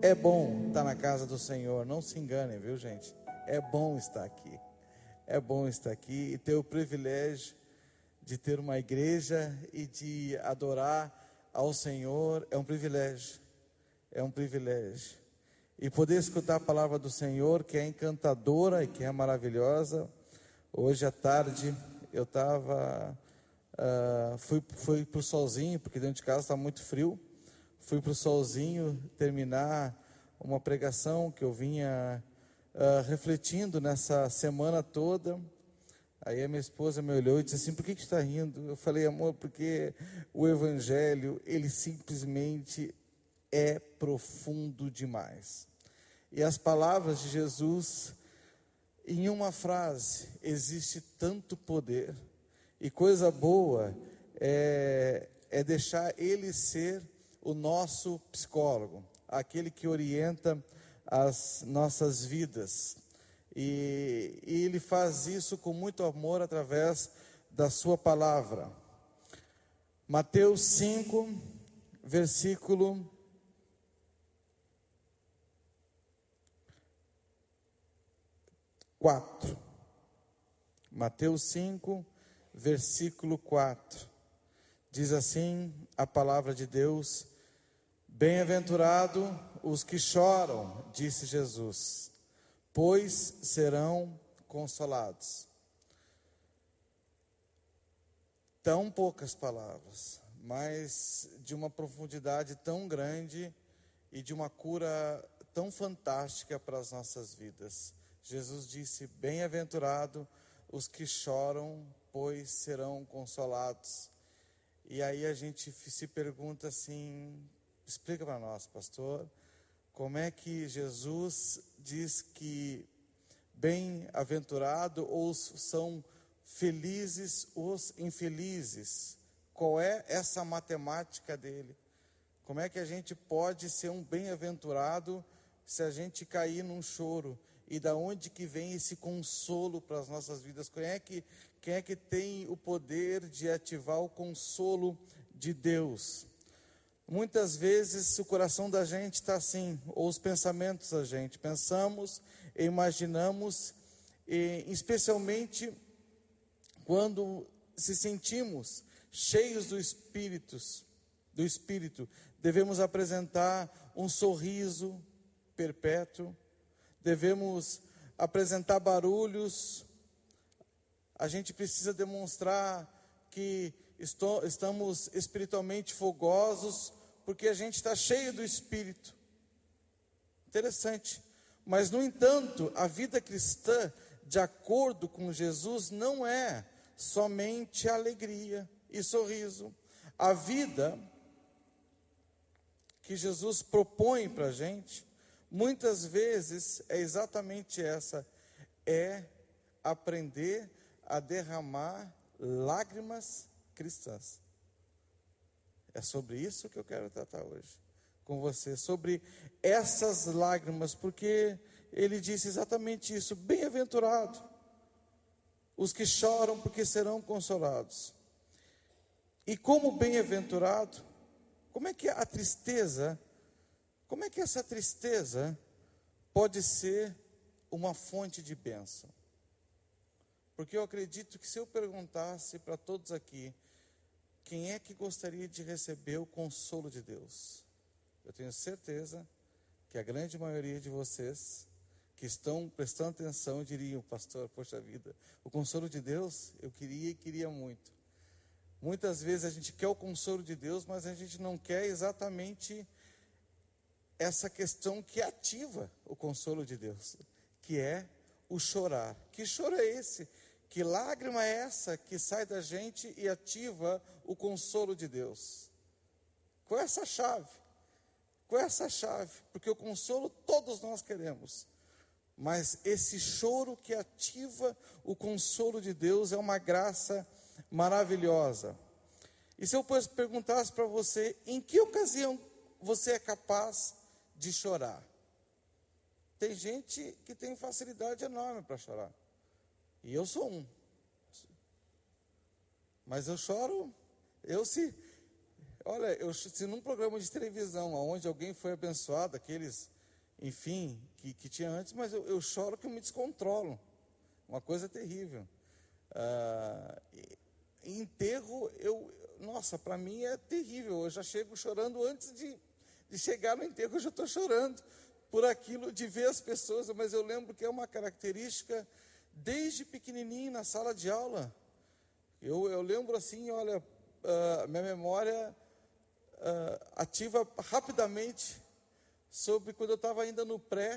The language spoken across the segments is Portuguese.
É bom estar na casa do Senhor, não se enganem, viu, gente? É bom estar aqui. É bom estar aqui e ter o privilégio de ter uma igreja e de adorar ao Senhor. É um privilégio. É um privilégio. E poder escutar a palavra do Senhor, que é encantadora e que é maravilhosa. Hoje à tarde eu fui para o solzinho, porque dentro de casa está muito frio. Fui para o solzinho terminar uma pregação que eu vinha refletindo nessa semana toda. Aí a minha esposa me olhou e disse assim: por que está rindo? Eu falei: amor, porque o Evangelho, ele simplesmente é profundo demais. E as palavras de Jesus, em uma frase, existe tanto poder. E coisa boa é deixar ele ser o nosso psicólogo, aquele que orienta as nossas vidas. E ele faz isso com muito amor através da sua palavra. Mateus 5, versículo 4. Mateus 5, versículo 4. Diz assim a palavra de Deus: bem-aventurado os que choram, disse Jesus, pois serão consolados. Tão poucas palavras, mas de uma profundidade tão grande e de uma cura tão fantástica para as nossas vidas. Jesus disse: bem-aventurado os que choram, pois serão consolados. E aí a gente se pergunta assim: explica para nós, pastor, como é que Jesus diz que bem-aventurado ou são felizes os infelizes? Qual é essa matemática dele? Como é que a gente pode ser um bem-aventurado se a gente cair num choro? E da onde que vem esse consolo para as nossas vidas? Quem é que tem o poder de ativar o consolo de Deus? Muitas vezes o coração da gente está assim, ou os pensamentos da gente. Pensamos, imaginamos, e especialmente quando se sentimos cheios do Espírito, devemos apresentar um sorriso perpétuo, devemos apresentar barulhos, a gente precisa demonstrar que estamos espiritualmente fogosos, porque a gente está cheio do Espírito. Interessante. Mas, no entanto, a vida cristã, de acordo com Jesus, não é somente alegria e sorriso. A vida que Jesus propõe para a gente, muitas vezes é exatamente essa: é aprender a derramar lágrimas cristãs. É sobre isso que eu quero tratar hoje com você, sobre essas lágrimas, porque ele disse exatamente isso: bem-aventurado os que choram, porque serão consolados. E como bem-aventurado, como é que essa tristeza pode ser uma fonte de bênção? Porque eu acredito que se eu perguntasse para todos aqui, quem é que gostaria de receber o consolo de Deus? Eu tenho certeza que a grande maioria de vocês que estão prestando atenção diriam: pastor, poxa vida, o consolo de Deus eu queria e queria muito. Muitas vezes a gente quer o consolo de Deus, mas a gente não quer exatamente essa questão que ativa o consolo de Deus, que é o chorar. Que choro é esse? Que lágrima é essa que sai da gente e ativa o consolo de Deus? Qual é essa chave? Qual é essa chave? Porque o consolo todos nós queremos, mas esse choro que ativa o consolo de Deus é uma graça maravilhosa. E se eu perguntasse para você, em que ocasião você é capaz de chorar? Tem gente que tem facilidade enorme para chorar, e eu sou um. Mas eu choro, Olha, se num programa de televisão, onde alguém foi abençoado, aqueles, enfim, que tinha antes, mas eu choro que eu me descontrolo. Uma coisa terrível. Enterro, nossa, para mim é terrível. Eu já chego chorando antes de chegar no enterro, eu já estou chorando por aquilo de ver as pessoas. Mas eu lembro que é uma característica desde pequenininho na sala de aula. Eu lembro assim, olha, minha memória ativa rapidamente sobre quando eu estava ainda no pré,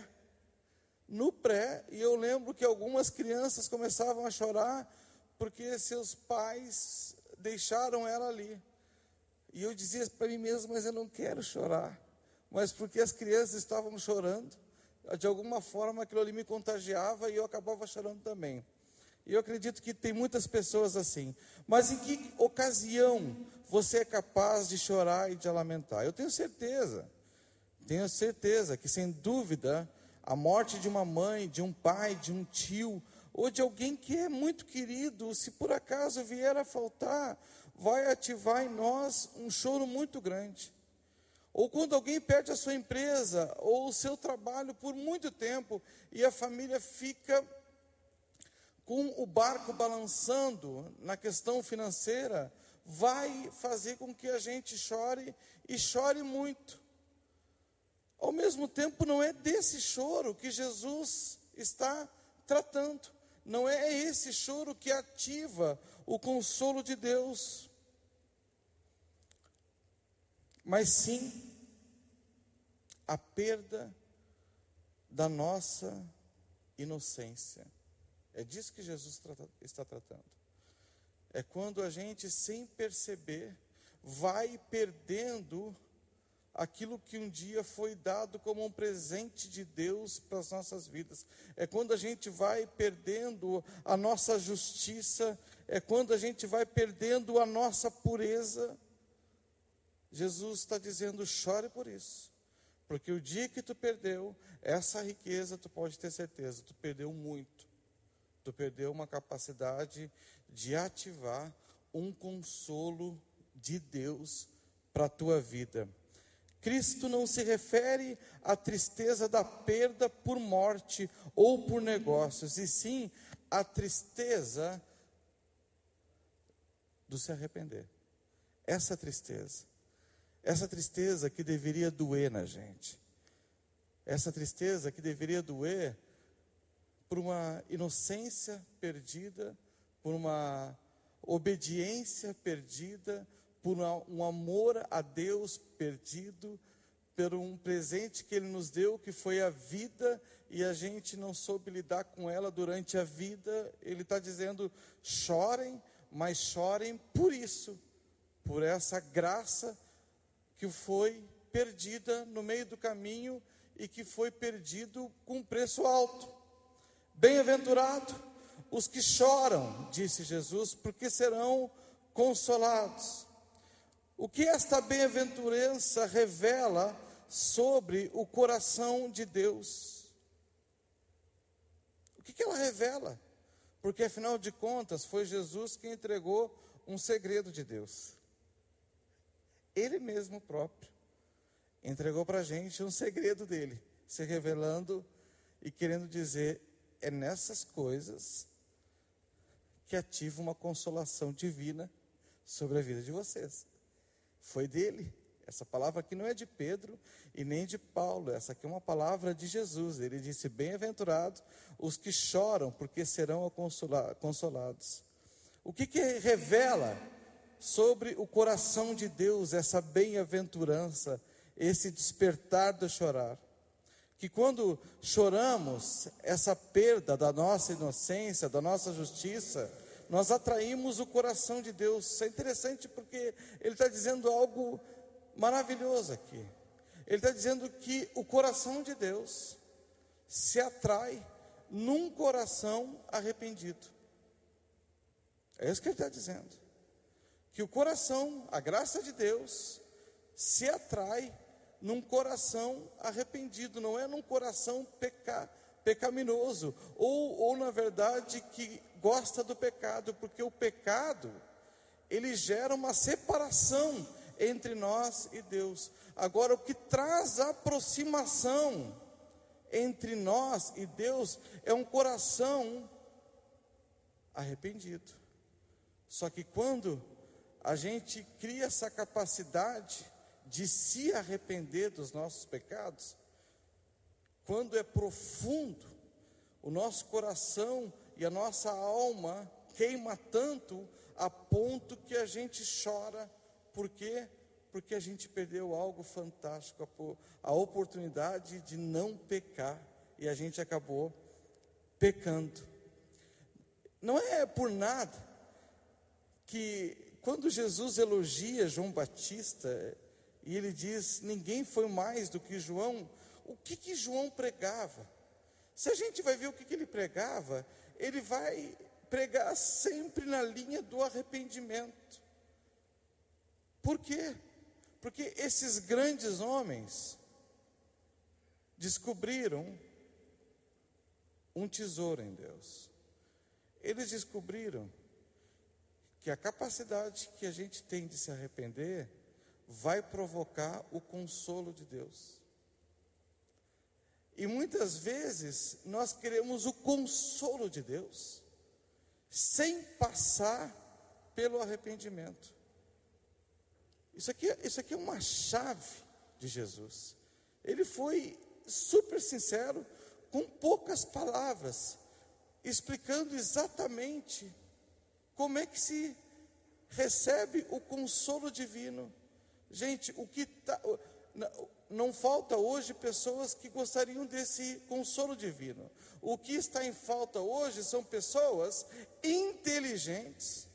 e eu lembro que algumas crianças começavam a chorar porque seus pais deixaram ela ali. E eu dizia para mim mesmo, mas eu não quero chorar. Mas porque as crianças estavam chorando, de alguma forma aquilo ali me contagiava e eu acabava chorando também. E eu acredito que tem muitas pessoas assim. Mas em que ocasião você é capaz de chorar e de lamentar? Eu tenho certeza que, sem dúvida, a morte de uma mãe, de um pai, de um tio, ou de alguém que é muito querido, se por acaso vier a faltar, vai ativar em nós um choro muito grande. Ou quando alguém perde a sua empresa, ou o seu trabalho por muito tempo, e a família fica com o barco balançando na questão financeira, vai fazer com que a gente chore, e chore muito. Ao mesmo tempo, não é desse choro que Jesus está tratando. Não é esse choro que ativa o consolo de Deus. Mas sim, a perda da nossa inocência. É disso que Jesus está tratando. É quando a gente, sem perceber, vai perdendo aquilo que um dia foi dado como um presente de Deus para as nossas vidas. É quando a gente vai perdendo a nossa justiça, é quando a gente vai perdendo a nossa pureza. Jesus está dizendo, chore por isso. Porque o dia que tu perdeu essa riqueza, tu pode ter certeza, tu perdeu muito. Tu perdeu uma capacidade de ativar um consolo de Deus para a tua vida. Cristo não se refere à tristeza da perda por morte ou por negócios, e sim à tristeza do se arrepender. Essa tristeza que deveria doer na gente, essa tristeza que deveria doer por uma inocência perdida, por uma obediência perdida, por um amor a Deus perdido, por um presente que Ele nos deu, que foi a vida, e a gente não soube lidar com ela durante a vida. Ele está dizendo, chorem, mas chorem por isso, por essa graça que foi perdida no meio do caminho e que foi perdido com um preço alto. Bem-aventurado os que choram, disse Jesus, porque serão consolados. O que esta bem-aventurança revela sobre o coração de Deus? O que ela revela? Porque afinal de contas foi Jesus quem entregou um segredo de Deus. Ele mesmo próprio entregou para a gente um segredo dele, se revelando e querendo dizer, é nessas coisas que ativa uma consolação divina sobre a vida de vocês. Foi dele. Essa palavra aqui não é de Pedro e nem de Paulo. Essa aqui é uma palavra de Jesus. Ele disse, bem-aventurados os que choram, porque serão consolados. O que revela sobre o coração de Deus essa bem-aventurança, esse despertar do chorar? Que quando choramos essa perda da nossa inocência, da nossa justiça, nós atraímos o coração de Deus. Isso é interessante porque ele está dizendo algo maravilhoso aqui. Ele está dizendo que o coração de Deus se atrai num coração arrependido. É isso que ele está dizendo. Que o coração, a graça de Deus, se atrai num coração arrependido, não é num coração pecaminoso, ou na verdade que gosta do pecado, porque o pecado, ele gera uma separação entre nós e Deus. Agora, o que traz aproximação entre nós e Deus é um coração arrependido. Só que quando a gente cria essa capacidade de se arrepender dos nossos pecados, quando é profundo, o nosso coração e a nossa alma queima tanto a ponto que a gente chora. Por quê? Porque a gente perdeu algo fantástico, a oportunidade de não pecar, e a gente acabou pecando. Não é por nada que quando Jesus elogia João Batista, e ele diz, ninguém foi mais do que João, o que João pregava? Se a gente vai ver o que ele pregava, ele vai pregar sempre na linha do arrependimento. Por quê? Porque esses grandes homens descobriram um tesouro em Deus. Eles descobriram que a capacidade que a gente tem de se arrepender vai provocar o consolo de Deus. E muitas vezes nós queremos o consolo de Deus sem passar pelo arrependimento. Isso aqui é uma chave de Jesus. Ele foi super sincero, com poucas palavras, explicando exatamente como é que se recebe o consolo divino. Gente, não falta hoje pessoas que gostariam desse consolo divino. O que está em falta hoje são pessoas inteligentes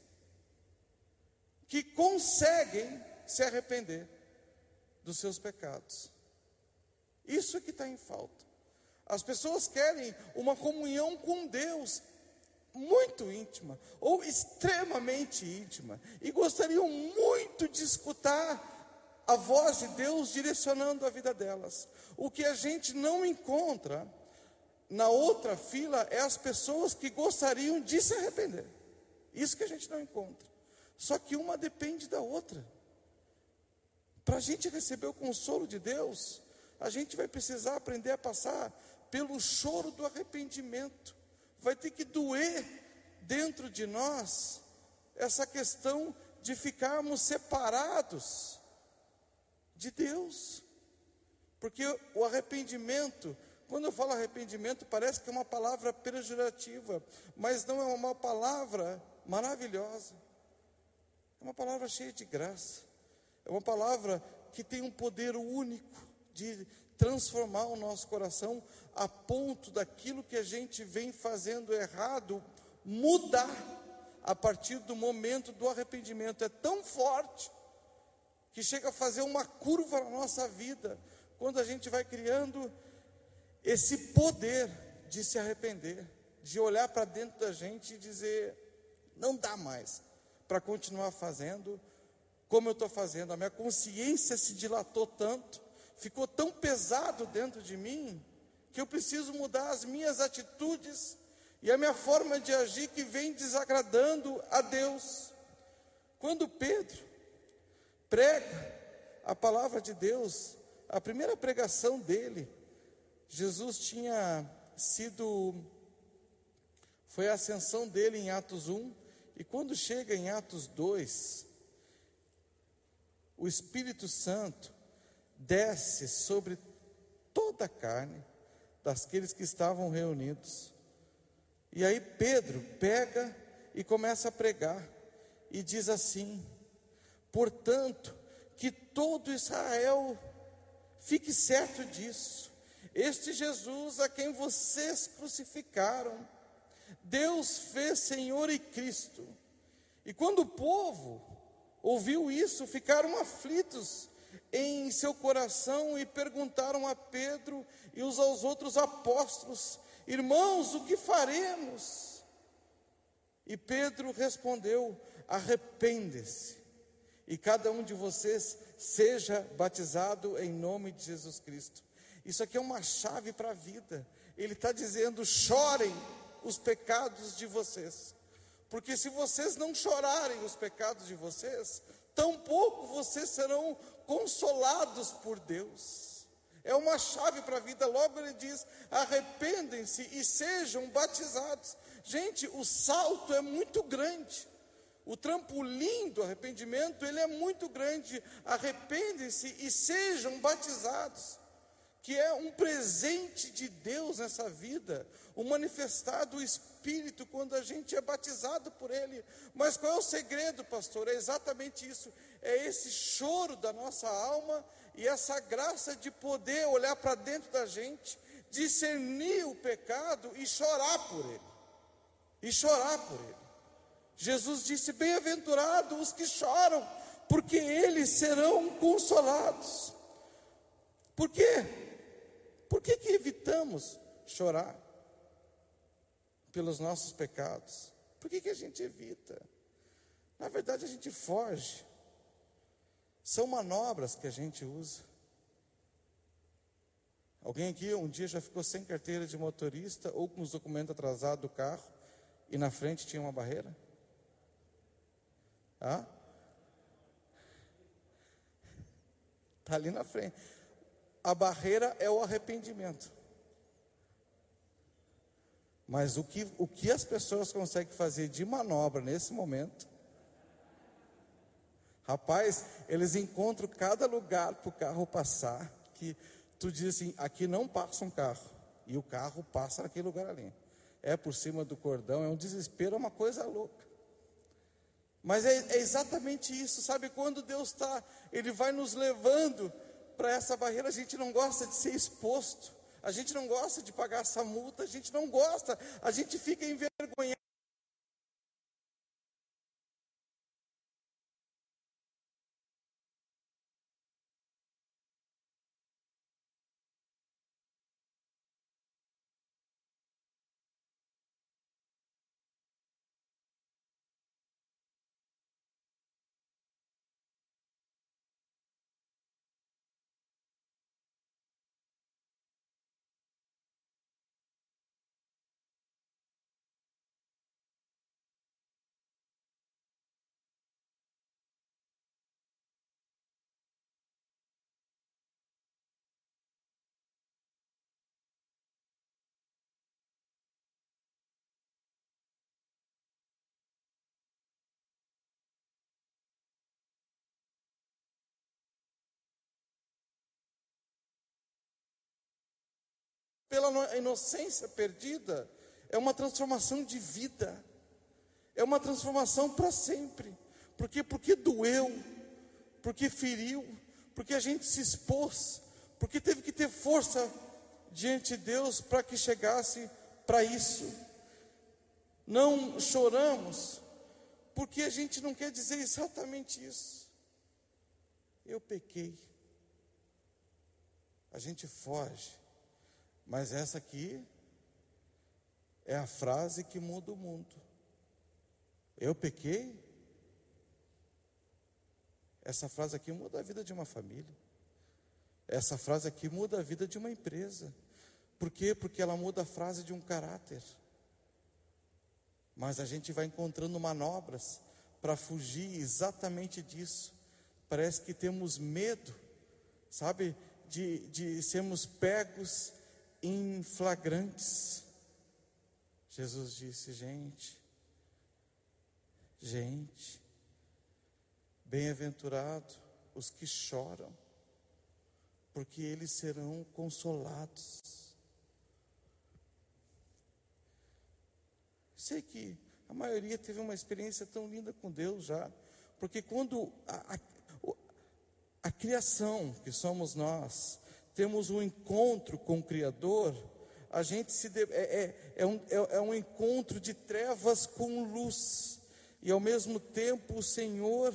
que conseguem se arrepender dos seus pecados. Isso é que está em falta. As pessoas querem uma comunhão com Deus muito íntima, ou extremamente íntima, e gostariam muito de escutar a voz de Deus direcionando a vida delas. O que a gente não encontra na outra fila é as pessoas que gostariam de se arrepender. Isso que a gente não encontra. Só que uma depende da outra. Para a gente receber o consolo de Deus, a gente vai precisar aprender a passar pelo choro do arrependimento. Vai ter que doer dentro de nós essa questão de ficarmos separados de Deus. Porque o arrependimento, quando eu falo arrependimento, parece que é uma palavra pejorativa, mas não é uma palavra maravilhosa. É uma palavra cheia de graça. É uma palavra que tem um poder único de transformar o nosso coração a ponto daquilo que a gente vem fazendo errado mudar a partir do momento do arrependimento. É tão forte que chega a fazer uma curva na nossa vida, quando a gente vai criando esse poder de se arrepender, de olhar para dentro da gente e dizer, não dá mais para continuar fazendo como eu estou fazendo. A minha consciência se dilatou tanto, ficou tão pesado dentro de mim, que eu preciso mudar as minhas atitudes e a minha forma de agir que vem desagradando a Deus. Quando Pedro prega a palavra de Deus, a primeira pregação dele, Jesus foi a ascensão dele em Atos 1, e quando chega em Atos 2, o Espírito Santo desce sobre toda a carne daqueles que estavam reunidos. E aí Pedro pega e começa a pregar, e diz assim: portanto, que todo Israel fique certo disso, este Jesus a quem vocês crucificaram, Deus fez Senhor e Cristo. E quando o povo ouviu isso, ficaram aflitos em seu coração e perguntaram a Pedro e aos outros apóstolos: irmãos, o que faremos? E Pedro respondeu: arrepende-se, e cada um de vocês seja batizado em nome de Jesus Cristo. Isso aqui é uma chave para a vida. Ele está dizendo: chorem os pecados de vocês, porque se vocês não chorarem os pecados de vocês, tampouco vocês serão consolados por Deus. É uma chave para a vida. Logo ele diz: arrependem-se e sejam batizados. Gente, o salto é muito grande. O trampolim do arrependimento, ele é muito grande. Arrependem-se e sejam batizados, que é um presente de Deus nessa vida, o manifestar do Espírito quando a gente é batizado por Ele. Mas qual é o segredo, pastor? É exatamente isso, é esse choro da nossa alma e essa graça de poder olhar para dentro da gente, discernir o pecado e chorar por ele, Jesus disse: bem-aventurados os que choram, porque eles serão consolados. Por quê? Por que evitamos chorar pelos nossos pecados? Por que a gente evita? Na verdade, a gente foge. São manobras que a gente usa. Alguém aqui um dia já ficou sem carteira de motorista ou com os documentos atrasados do carro e na frente tinha uma barreira? Está ali na frente. A barreira é o arrependimento. Mas o que as pessoas conseguem fazer de manobra nesse momento? Rapaz, eles encontram cada lugar para o carro passar, que tu diz assim: aqui não passa um carro, e o carro passa naquele lugar ali. É por cima do cordão, é um desespero, é uma coisa louca. Mas é exatamente isso, sabe? Quando Deus Ele vai nos levando para essa barreira, a gente não gosta de ser exposto, a gente não gosta de pagar essa multa, a gente não gosta, a gente fica envergonhado. Pela inocência perdida, é uma transformação de vida, é uma transformação para sempre. Porque doeu, porque feriu, porque a gente se expôs, porque teve que ter força diante de Deus para que chegasse para isso. Não choramos, porque a gente não quer dizer exatamente isso. Eu pequei. A gente foge. Mas essa aqui é a frase que muda o mundo. Eu pequei. Essa frase aqui muda a vida de uma família. Essa frase aqui muda a vida de uma empresa. Por quê? Porque ela muda a frase de um caráter. Mas a gente vai encontrando manobras para fugir exatamente disso. Parece que temos medo, sabe, de sermos pegos em flagrantes. Jesus disse: gente, bem-aventurado os que choram, porque eles serão consolados. Sei que a maioria teve uma experiência tão linda com Deus já, porque quando a criação, que somos nós, temos um encontro com o Criador, a gente é um encontro de trevas com luz, e ao mesmo tempo o Senhor,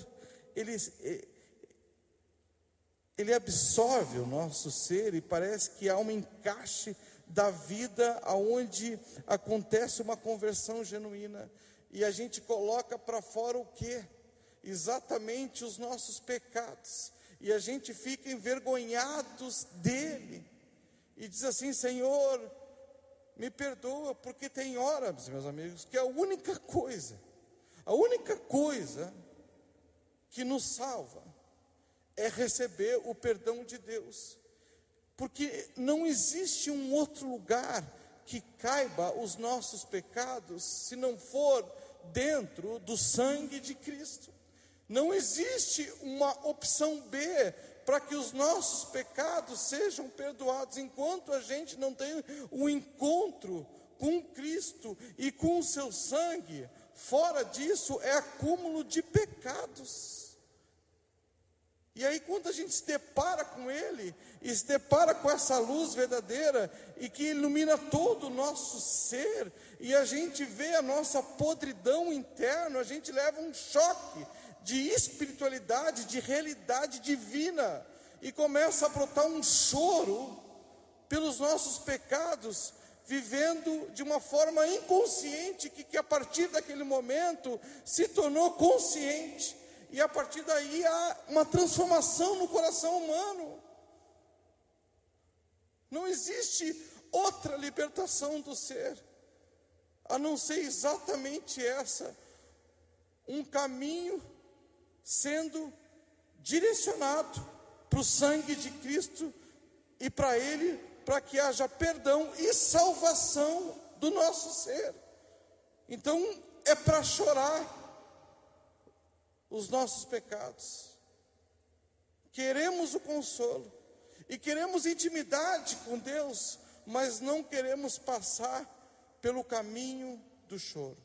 Ele absorve o nosso ser, e parece que há um encaixe da vida, aonde acontece uma conversão genuína, e a gente coloca para fora o quê? Exatamente os nossos pecados, e a gente fica envergonhados dele, e diz assim: Senhor, me perdoa, porque tem horas, meus amigos, que a única coisa que nos salva é receber o perdão de Deus. Porque não existe um outro lugar que caiba os nossos pecados, se não for dentro do sangue de Cristo. Não existe uma opção B para que os nossos pecados sejam perdoados, enquanto a gente não tem um encontro com Cristo e com o seu sangue. Fora disso é acúmulo de pecados. E aí, quando a gente se depara com Ele, e se depara com essa luz verdadeira, e que ilumina todo o nosso ser, e a gente vê a nossa podridão interna, a gente leva um choque de espiritualidade, de realidade divina, e começa a brotar um choro pelos nossos pecados, vivendo de uma forma inconsciente, que a partir daquele momento se tornou consciente. E a partir daí há uma transformação no coração humano. Não existe outra libertação do ser, a não ser exatamente essa. Um caminho sendo direcionado para o sangue de Cristo e para Ele, para que haja perdão e salvação do nosso ser. Então é para chorar os nossos pecados. Queremos o consolo e queremos intimidade com Deus, mas não queremos passar pelo caminho do choro.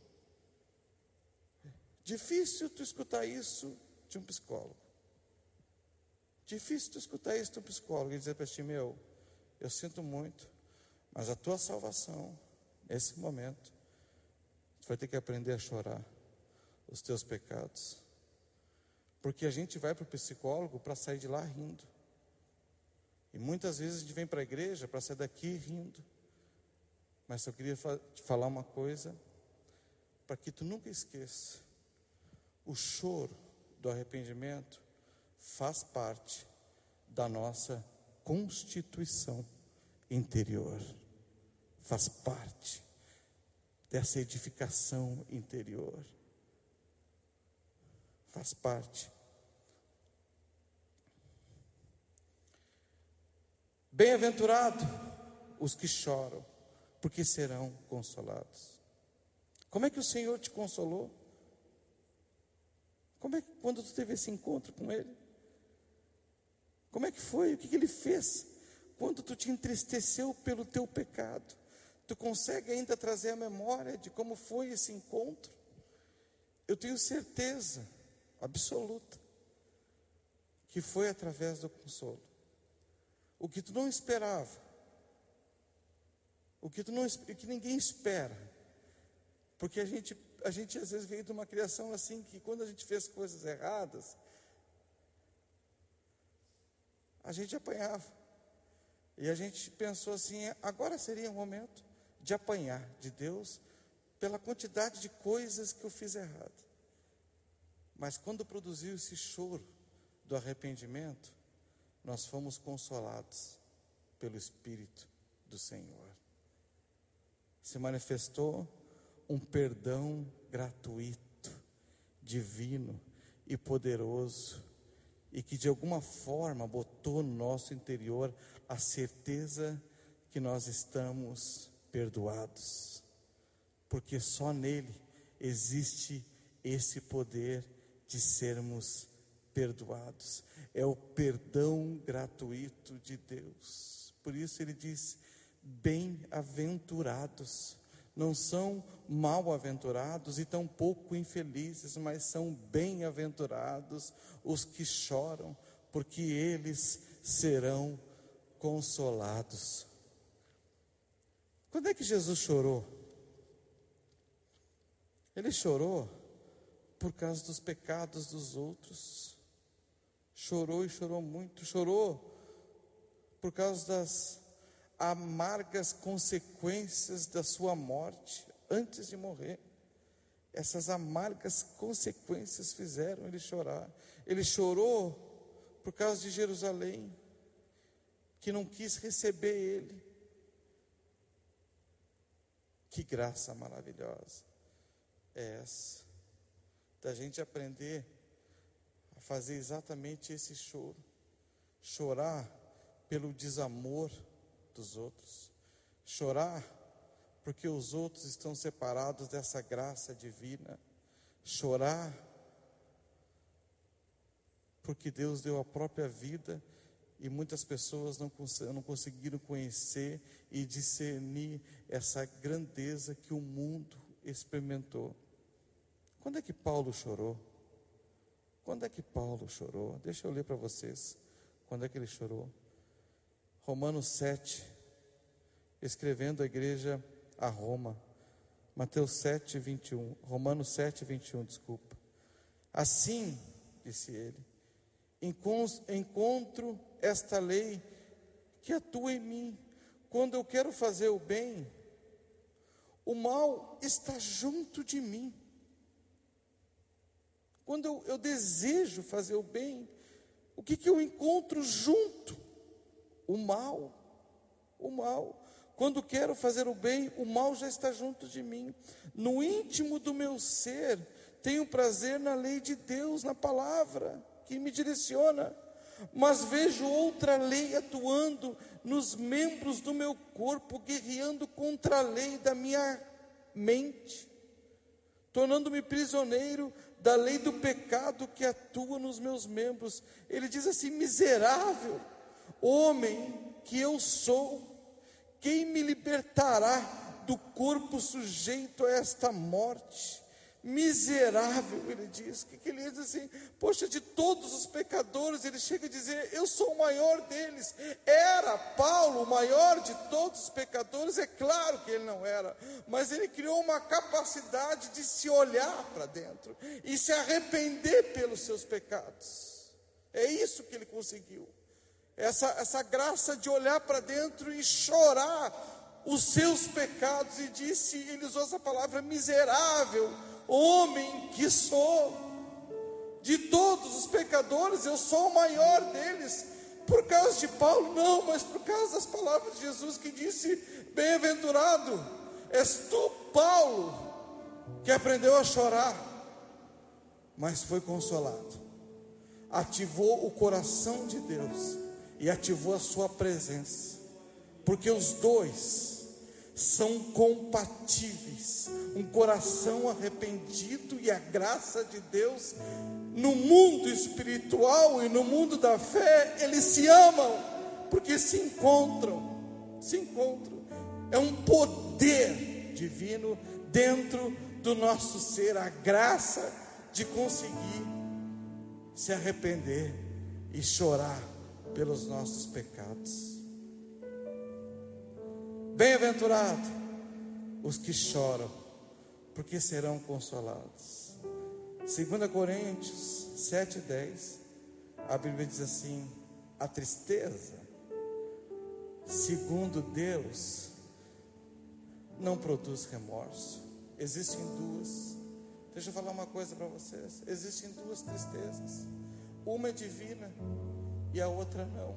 Difícil tu escutar isso de um psicólogo. Difícil tu escutar isso de um psicólogo e dizer para ti: meu, eu sinto muito, mas a tua salvação, nesse momento, tu vai ter que aprender a chorar os teus pecados. Porque a gente vai para o psicólogo para sair de lá rindo. E muitas vezes a gente vem para a igreja para sair daqui rindo. Mas eu queria te falar uma coisa, para que tu nunca esqueça: o choro do arrependimento faz parte da nossa constituição interior. Faz parte dessa edificação interior. Faz parte. Bem-aventurado os que choram, porque serão consolados. Como é que o Senhor te consolou? Como é que, quando tu teve esse encontro com Ele? Como é que foi? O que Ele fez? Quando tu te entristeceu pelo teu pecado, tu consegue ainda trazer a memória de como foi esse encontro? Eu tenho certeza absoluta que foi através do consolo. O que tu não esperava, o que ninguém espera, porque a gente às vezes veio de uma criação assim, que quando a gente fez coisas erradas, a gente apanhava, e a gente pensou assim: agora seria o momento de apanhar de Deus pela quantidade de coisas que eu fiz errado. Mas quando produziu esse choro do arrependimento, nós fomos consolados pelo Espírito do Senhor. Se manifestou um perdão gratuito, divino e poderoso, e que de alguma forma botou no nosso interior a certeza que nós estamos perdoados, porque só nele existe esse poder de sermos perdoados. É o perdão gratuito de Deus. Por isso ele diz: bem-aventurados. Não são mal-aventurados e tampouco infelizes, mas são bem-aventurados os que choram, porque eles serão consolados. Quando é que Jesus chorou? Ele chorou por causa dos pecados dos outros. Chorou e chorou muito. Chorou por causa das amargas consequências da sua morte antes de morrer. Essas amargas consequências fizeram ele chorar. Ele chorou por causa de Jerusalém, que não quis receber ele. Que graça maravilhosa é essa, da gente aprender a fazer exatamente esse choro. Chorar pelo desamor dos outros. Chorar porque os outros estão separados dessa graça divina. Chorar porque Deus deu a própria vida e muitas pessoas não conseguiram conhecer e discernir essa grandeza que o mundo experimentou. Quando é que Paulo chorou? Quando é que Paulo chorou? Deixa eu ler para vocês. Quando é que ele chorou? Romanos 7, escrevendo à igreja a Roma. Mateus 7, 21. Romanos 7, 21, desculpa. Assim, disse ele, encontro esta lei que atua em mim. Quando eu quero fazer o bem, o mal está junto de mim. Quando eu desejo fazer o bem, o que eu encontro junto? O mal. O mal. Quando quero fazer o bem, o mal já está junto de mim. No íntimo do meu ser, tenho prazer na lei de Deus, na palavra que me direciona. Mas vejo outra lei atuando nos membros do meu corpo, guerreando contra a lei da minha mente, tornando-me prisioneiro da lei do pecado que atua nos meus membros. Ele diz assim: miserável homem que eu sou, quem me libertará do corpo sujeito a esta morte? Miserável, ele diz. Que ele diz assim? Poxa, de todos os pecadores, ele chega a dizer: eu sou o maior deles. Era Paulo o maior de todos os pecadores? É claro que ele não era, mas ele criou uma capacidade de se olhar para dentro e se arrepender pelos seus pecados. É isso que ele conseguiu. Essa graça de olhar para dentro e chorar os seus pecados. E disse, ele usou essa palavra: miserável homem que sou, de todos os pecadores eu sou o maior deles. Por causa de Paulo? Não, mas por causa das palavras de Jesus, que disse: bem-aventurado és tu, Paulo, que aprendeu a chorar, mas foi consolado, ativou o coração de Deus e ativou a sua presença, porque os dois são compatíveis. Um coração arrependido e a graça de Deus, no mundo espiritual e no mundo da fé, eles se amam, porque se encontram. É um poder divino dentro do nosso ser, a graça de conseguir se arrepender e chorar pelos nossos pecados. Bem-aventurado os que choram, porque serão consolados. 2 Coríntios 7:10, a Bíblia diz assim: a tristeza, segundo Deus, não produz remorso. Existem duas. Deixa eu falar uma coisa para vocês. Existem duas tristezas. Uma é divina e a outra não.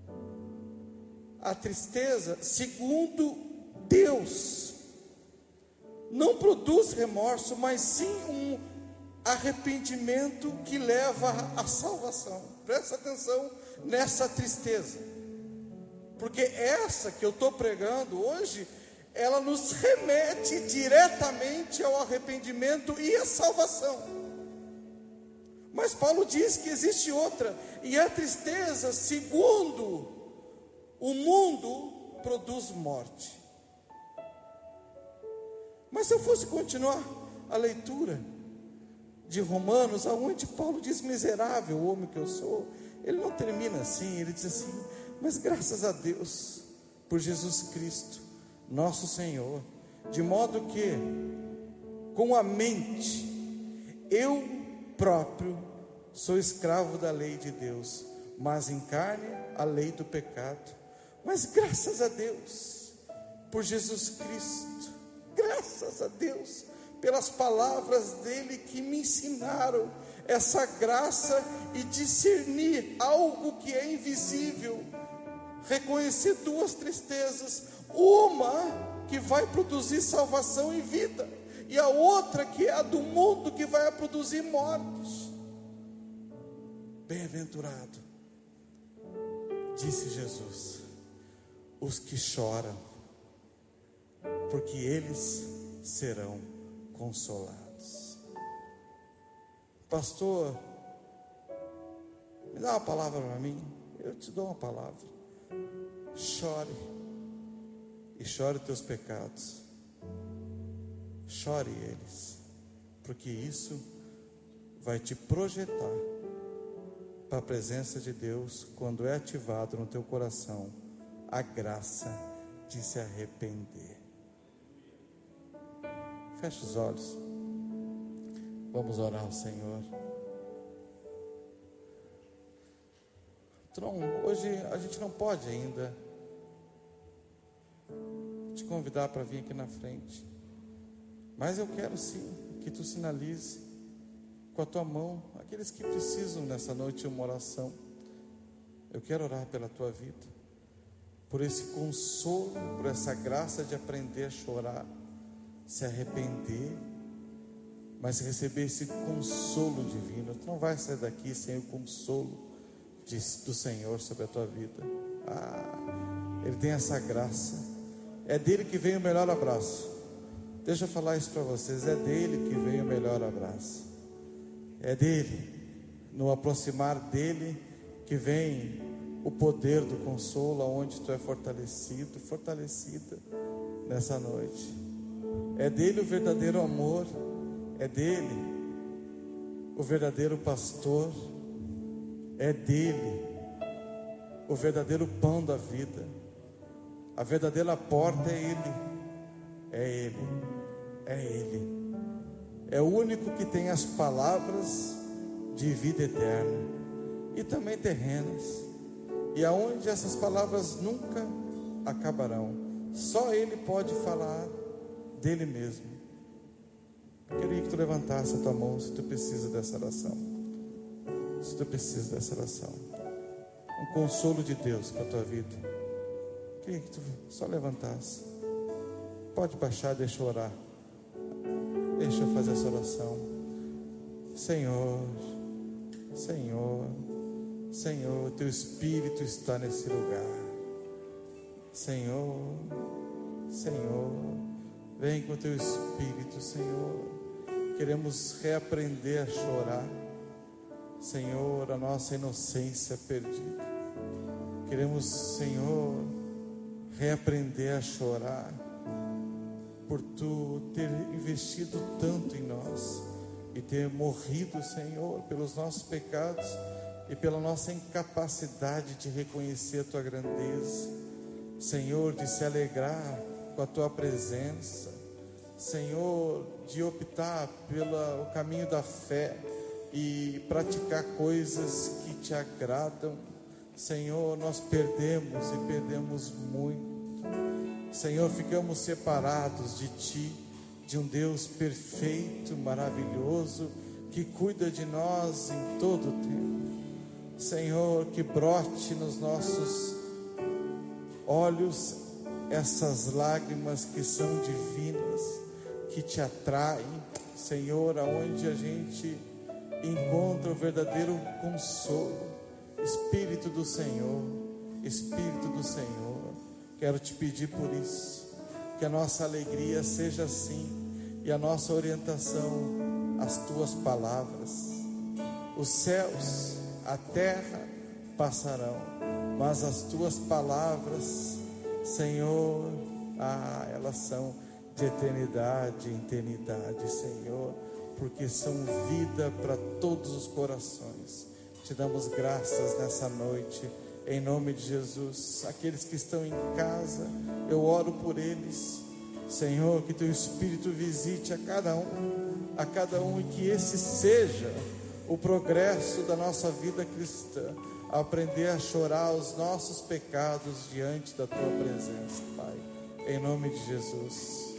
A tristeza, segundo Deus, não produz remorso, mas sim um arrependimento que leva à salvação. Presta atenção nessa tristeza, porque essa que eu estou pregando hoje, ela nos remete diretamente ao arrependimento e à salvação. Mas Paulo diz que existe outra, e a tristeza, segundo o mundo, produz morte. Mas se eu fosse continuar a leitura de Romanos, aonde Paulo diz: miserável o homem que eu sou, ele não termina assim, ele diz assim: mas graças a Deus por Jesus Cristo, nosso Senhor, de modo que com a mente eu próprio sou escravo da lei de Deus, mas em carne a lei do pecado. Mas graças a Deus por Jesus Cristo, graças a Deus pelas palavras dele que me ensinaram essa graça e discernir algo que é invisível, reconhecer duas tristezas, uma que vai produzir salvação e vida, e a outra que é a do mundo, que vai produzir morte. Bem-aventurado, disse Jesus, os que choram, porque eles serão consolados. Pastor, me dá uma palavra para mim. Eu te dou uma palavra. Chore, e chore teus pecados. Chore eles, porque isso vai te projetar para a presença de Deus quando é ativado no teu coração a graça de se arrepender. Feche os olhos. Vamos orar ao Senhor. Tron, hoje a gente não pode ainda te convidar para vir aqui na frente, mas eu quero sim que tu sinalize com a tua mão aqueles que precisam nessa noite de uma oração. Eu quero orar pela tua vida, por esse consolo, por essa graça de aprender a chorar, se arrepender, mas receber esse consolo divino. Tu não vai sair daqui sem o consolo do Senhor sobre a tua vida. Ele tem essa graça. É dele que vem o melhor abraço. Deixa eu falar isso para vocês. É dele que vem o melhor abraço. É dele, no aproximar dele, que vem o poder do consolo, aonde tu é fortalecido, fortalecida nessa noite. É dele o verdadeiro amor. É dele o verdadeiro pastor. É dele o verdadeiro pão da vida. A verdadeira porta é ele. É ele. É ele. É o único que tem as palavras de vida eterna e também terrenas. E aonde essas palavras nunca acabarão. Só ele pode falar dele mesmo. Eu queria que tu levantasse a tua mão se tu precisa dessa oração. Se tu precisa dessa oração, um consolo de Deus para a tua vida, queria que tu só levantasse. Pode baixar, deixa eu orar. Deixa eu fazer essa oração. Senhor, Senhor, Senhor, teu Espírito está nesse lugar. Senhor, Senhor, vem com teu Espírito, Senhor. Queremos reaprender a chorar, Senhor, a nossa inocência perdida. Queremos, Senhor, reaprender a chorar por tu ter investido tanto em nós e ter morrido, Senhor, pelos nossos pecados e pela nossa incapacidade de reconhecer a tua grandeza, Senhor, de se alegrar com a tua presença, Senhor, de optar pelo caminho da fé e praticar coisas que te agradam. Senhor, nós perdemos e perdemos muito. Senhor, ficamos separados de ti, de um Deus perfeito, maravilhoso, que cuida de nós em todo o tempo. Senhor, que brote nos nossos olhos essas lágrimas que são divinas, que te atraem, Senhor, aonde a gente encontra o verdadeiro consolo. Espírito do Senhor, Espírito do Senhor, quero te pedir por isso, que a nossa alegria seja assim, e a nossa orientação, as tuas palavras. Os céus, a terra passarão, mas as tuas palavras, Senhor, elas são de eternidade em eternidade, Senhor, porque são vida para todos os corações. Te damos graças nessa noite, em nome de Jesus. Aqueles que estão em casa, eu oro por eles, Senhor, que teu Espírito visite a cada um, e que esse seja o progresso da nossa vida cristã, aprender a chorar os nossos pecados diante da tua presença, Pai, em nome de Jesus.